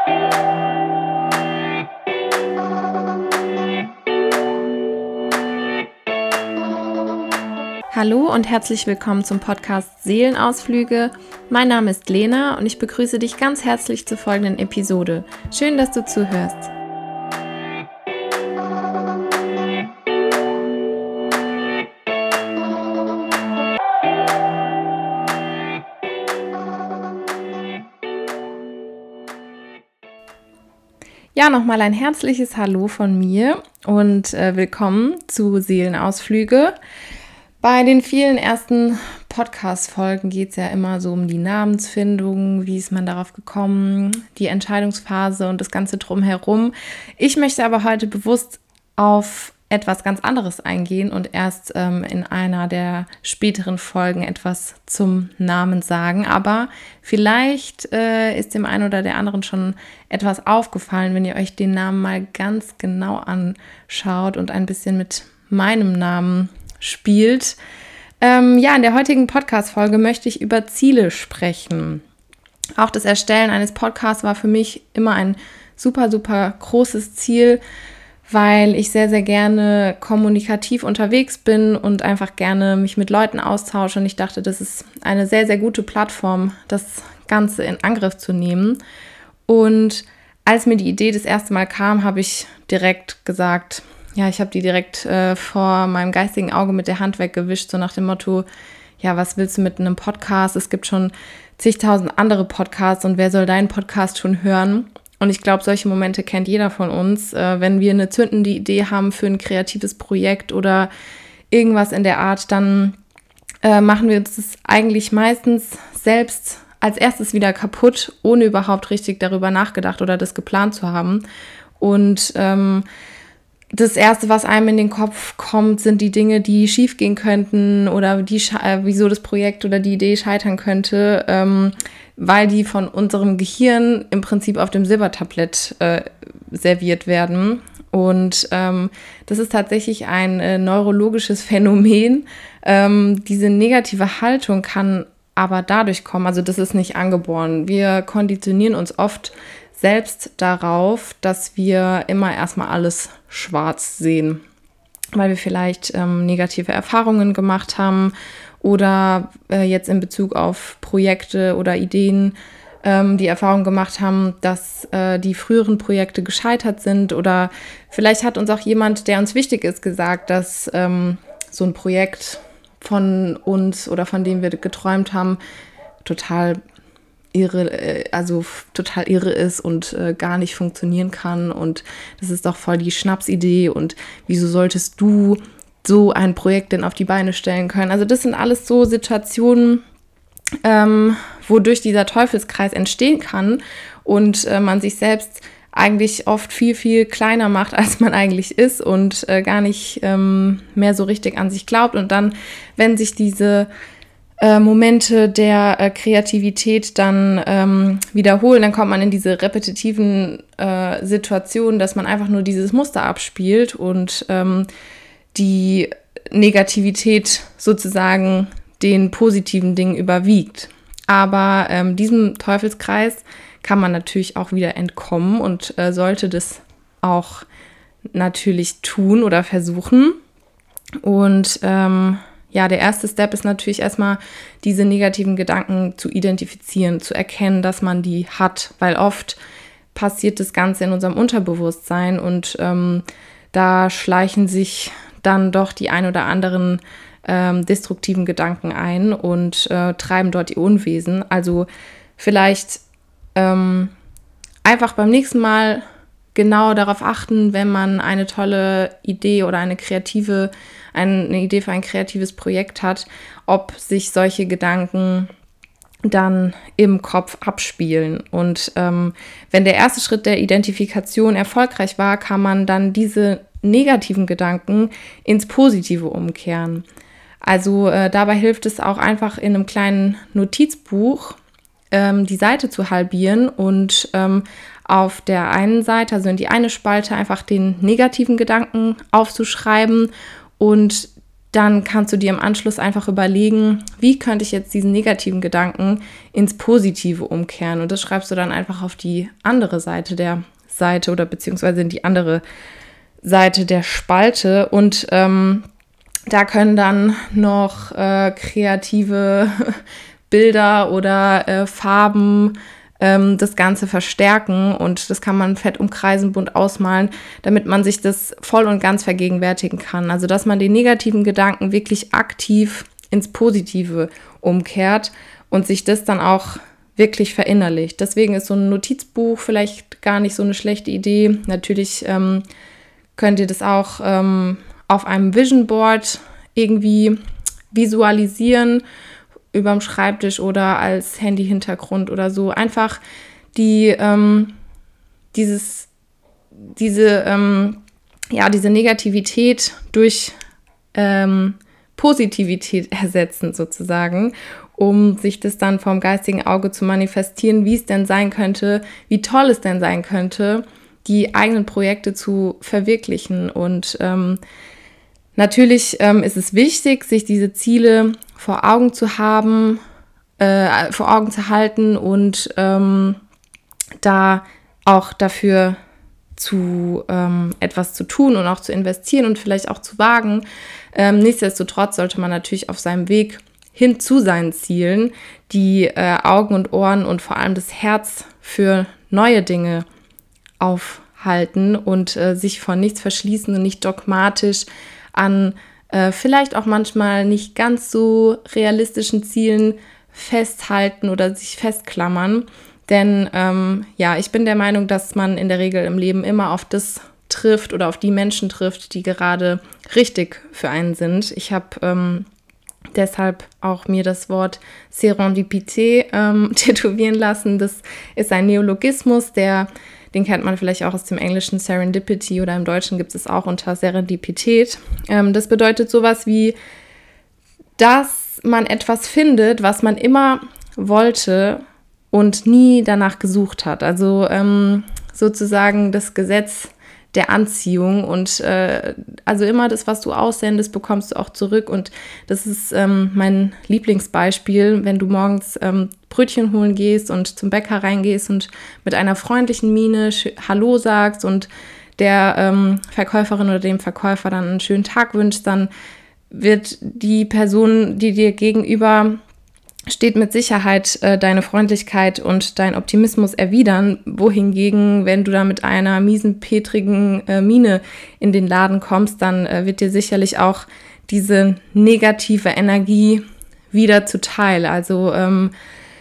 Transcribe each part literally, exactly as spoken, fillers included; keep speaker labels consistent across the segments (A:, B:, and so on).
A: Hallo und herzlich willkommen zum Podcast Seelenausflüge. Mein Name ist Lena und ich begrüße dich ganz herzlich zur folgenden Episode. Schön, dass du zuhörst. Ja, nochmal ein herzliches Hallo von mir und äh, willkommen zu Seelenausflüge. Bei den vielen ersten Podcast-Folgen geht es ja immer so um die Namensfindung, wie ist man darauf gekommen, die Entscheidungsphase und das Ganze drumherum. Ich möchte aber heute bewusst auf etwas ganz anderes eingehen und erst ähm, in einer der späteren Folgen etwas zum Namen sagen. Aber vielleicht äh, ist dem einen oder der anderen schon etwas aufgefallen, wenn ihr euch den Namen mal ganz genau anschaut und ein bisschen mit meinem Namen spielt. Ähm, ja, in der heutigen Podcast-Folge möchte ich über Ziele sprechen. Auch das Erstellen eines Podcasts war für mich immer ein super, super großes Ziel, weil ich sehr, sehr gerne kommunikativ unterwegs bin und einfach gerne mich mit Leuten austausche. Und ich dachte, das ist eine sehr, sehr gute Plattform, das Ganze in Angriff zu nehmen. Und als mir die Idee das erste Mal kam, habe ich direkt gesagt, ja, ich habe die direkt äh, vor meinem geistigen Auge mit der Hand weggewischt, so nach dem Motto, ja, was willst du mit einem Podcast? Es gibt schon zigtausend andere Podcasts und wer soll deinen Podcast schon hören? Und ich glaube, solche Momente kennt jeder von uns, äh, wenn wir eine zündende Idee haben für ein kreatives Projekt oder irgendwas in der Art, dann äh, machen wir uns das eigentlich meistens selbst als erstes wieder kaputt, ohne überhaupt richtig darüber nachgedacht oder das geplant zu haben. Und ähm, das Erste, was einem in den Kopf kommt, sind die Dinge, die schief gehen könnten oder die, äh, wieso das Projekt oder die Idee scheitern könnte, ähm, weil die von unserem Gehirn im Prinzip auf dem Silbertablett äh, serviert werden. Und ähm, das ist tatsächlich ein äh, neurologisches Phänomen. Ähm, diese negative Haltung kann aber dadurch kommen, also das ist nicht angeboren. Wir konditionieren uns oft selbst darauf, dass wir immer erstmal alles schwarz sehen, weil wir vielleicht ähm, negative Erfahrungen gemacht haben oder äh, jetzt in Bezug auf Projekte oder Ideen ähm, die Erfahrung gemacht haben, dass äh, die früheren Projekte gescheitert sind oder vielleicht hat uns auch jemand, der uns wichtig ist, gesagt, dass ähm, so ein Projekt von uns oder von dem wir geträumt haben, total irre, also total irre ist und äh, gar nicht funktionieren kann und das ist doch voll die Schnapsidee und wieso solltest du so ein Projekt denn auf die Beine stellen können? Also das sind alles so Situationen, ähm, wodurch dieser Teufelskreis entstehen kann und äh, man sich selbst eigentlich oft viel, viel kleiner macht, als man eigentlich ist und äh, gar nicht ähm, mehr so richtig an sich glaubt und dann, wenn sich diese Äh, Momente der äh, Kreativität dann ähm, wiederholen, dann kommt man in diese repetitiven äh, Situationen, dass man einfach nur dieses Muster abspielt und ähm, die Negativität sozusagen den positiven Dingen überwiegt. Aber ähm, diesem Teufelskreis kann man natürlich auch wieder entkommen und äh, sollte das auch natürlich tun oder versuchen. Und ähm, ja, der erste Step ist natürlich erstmal, diese negativen Gedanken zu identifizieren, zu erkennen, dass man die hat, weil oft passiert das Ganze in unserem Unterbewusstsein und ähm, da schleichen sich dann doch die ein oder anderen ähm, destruktiven Gedanken ein und äh, treiben dort ihr Unwesen. Also vielleicht ähm, einfach beim nächsten Mal genau darauf achten, wenn man eine tolle Idee oder eine kreative, eine Idee für ein kreatives Projekt hat, ob sich solche Gedanken dann im Kopf abspielen. Und ähm, wenn der erste Schritt der Identifikation erfolgreich war, kann man dann diese negativen Gedanken ins Positive umkehren. Also äh, dabei hilft es auch einfach in einem kleinen Notizbuch ähm, die Seite zu halbieren und ähm, auf der einen Seite, also in die eine Spalte, einfach den negativen Gedanken aufzuschreiben und dann kannst du dir im Anschluss einfach überlegen, wie könnte ich jetzt diesen negativen Gedanken ins Positive umkehren. Und das schreibst du dann einfach auf die andere Seite der Seite oder beziehungsweise in die andere Seite der Spalte. Und ähm, da können dann noch äh, kreative Bilder oder äh, Farben ähm, das Ganze verstärken. Und das kann man fett umkreisen, bunt ausmalen, damit man sich das voll und ganz vergegenwärtigen kann. Also dass man den negativen Gedanken wirklich aktiv ins Positive umkehrt und sich das dann auch wirklich verinnerlicht. Deswegen ist so ein Notizbuch vielleicht gar nicht so eine schlechte Idee. Natürlich ähm, könnt ihr das auch ähm, auf einem Vision Board irgendwie visualisieren, überm Schreibtisch oder als Handy-Hintergrund oder so. Einfach die, ähm, dieses, diese, ähm, ja, diese Negativität durch ähm, Positivität ersetzen sozusagen, um sich das dann vom geistigen Auge zu manifestieren, wie es denn sein könnte, wie toll es denn sein könnte, die eigenen Projekte zu verwirklichen. Und ähm, natürlich ähm, ist es wichtig, sich diese Ziele vor Augen zu haben, äh, vor Augen zu halten und ähm, da auch dafür zu ähm, etwas zu tun und auch zu investieren und vielleicht auch zu wagen. Ähm, nichtsdestotrotz sollte man natürlich auf seinem Weg hin zu seinen Zielen die äh, Augen und Ohren und vor allem das Herz für neue Dinge aufhalten und äh, sich von nichts verschließen und nicht dogmatisch an äh, vielleicht auch manchmal nicht ganz so realistischen Zielen festhalten oder sich festklammern. Denn ähm, ja, ich bin der Meinung, dass man in der Regel im Leben immer auf das trifft oder auf die Menschen trifft, die gerade richtig für einen sind. Ich habe ähm, deshalb auch mir das Wort Serendipité ähm, tätowieren lassen. Das ist ein Neologismus, der Den kennt man vielleicht auch aus dem Englischen Serendipity oder im Deutschen gibt es auch unter Serendipität. Ähm, das bedeutet sowas wie, dass man etwas findet, was man immer wollte und nie danach gesucht hat. Also ähm, sozusagen das Gesetz der Anziehung und äh, also immer das, was du aussendest, bekommst du auch zurück und das ist ähm, mein Lieblingsbeispiel, wenn du morgens ähm, Brötchen holen gehst und zum Bäcker reingehst und mit einer freundlichen Miene Hallo sagst und der ähm, Verkäuferin oder dem Verkäufer dann einen schönen Tag wünscht, dann wird die Person, die dir gegenüber steht, mit Sicherheit äh, deine Freundlichkeit und dein Optimismus erwidern, wohingegen, wenn du da mit einer miesen, petrigen äh, Miene in den Laden kommst, dann äh, wird dir sicherlich auch diese negative Energie wieder zuteil. Also ähm,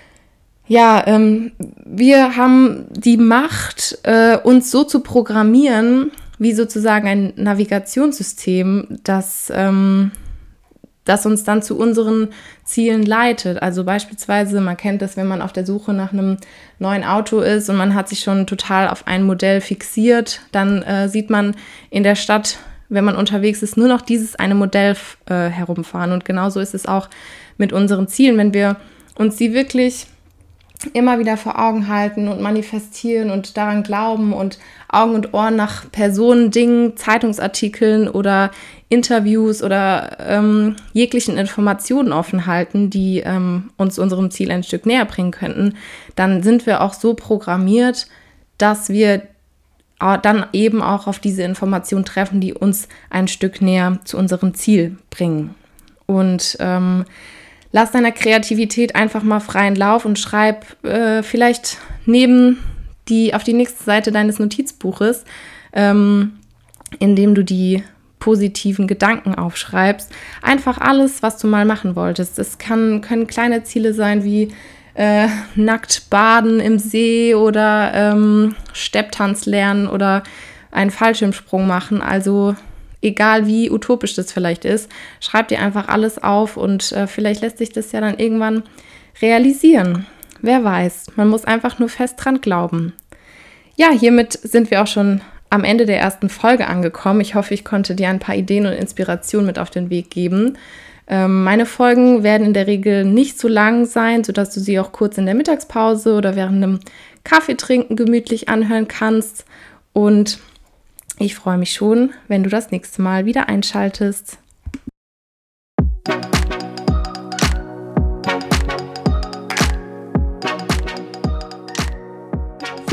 A: ja, ähm, wir haben die Macht, äh, uns so zu programmieren, wie sozusagen ein Navigationssystem, das ähm, das uns dann zu unseren Zielen leitet. Also beispielsweise, man kennt das, wenn man auf der Suche nach einem neuen Auto ist und man hat sich schon total auf ein Modell fixiert, dann äh, sieht man in der Stadt, wenn man unterwegs ist, nur noch dieses eine Modell äh, herumfahren. Und genauso ist es auch mit unseren Zielen, wenn wir uns die wirklich immer wieder vor Augen halten und manifestieren und daran glauben und Augen und Ohren nach Personen, Dingen, Zeitungsartikeln oder Interviews oder ähm, jeglichen Informationen offen halten, die ähm, uns unserem Ziel ein Stück näher bringen könnten, dann sind wir auch so programmiert, dass wir dann eben auch auf diese Informationen treffen, die uns ein Stück näher zu unserem Ziel bringen. Und ähm, lass deiner Kreativität einfach mal freien Lauf und schreib äh, vielleicht neben die auf die nächste Seite deines Notizbuches, ähm, indem du die positiven Gedanken aufschreibst, einfach alles, was du mal machen wolltest. Es kann, können kleine Ziele sein wie äh, nackt baden im See oder ähm, Stepptanz lernen oder einen Fallschirmsprung machen. Also egal wie utopisch das vielleicht ist, schreib dir einfach alles auf und äh, vielleicht lässt sich das ja dann irgendwann realisieren. Wer weiß, man muss einfach nur fest dran glauben. Ja, hiermit sind wir auch schon am Ende der ersten Folge angekommen. Ich hoffe, ich konnte dir ein paar Ideen und Inspirationen mit auf den Weg geben. Ähm, meine Folgen werden in der Regel nicht so lang sein, sodass du sie auch kurz in der Mittagspause oder während einem Kaffeetrinken gemütlich anhören kannst. Und ich freue mich schon, wenn du das nächste Mal wieder einschaltest.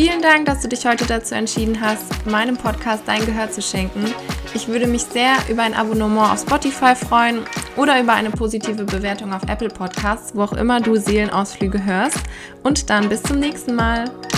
A: Vielen Dank, dass du dich heute dazu entschieden hast, meinem Podcast dein Gehör zu schenken. Ich würde mich sehr über ein Abonnement auf Spotify freuen oder über eine positive Bewertung auf Apple Podcasts, wo auch immer du Seelenausflüge hörst. Und dann bis zum nächsten Mal.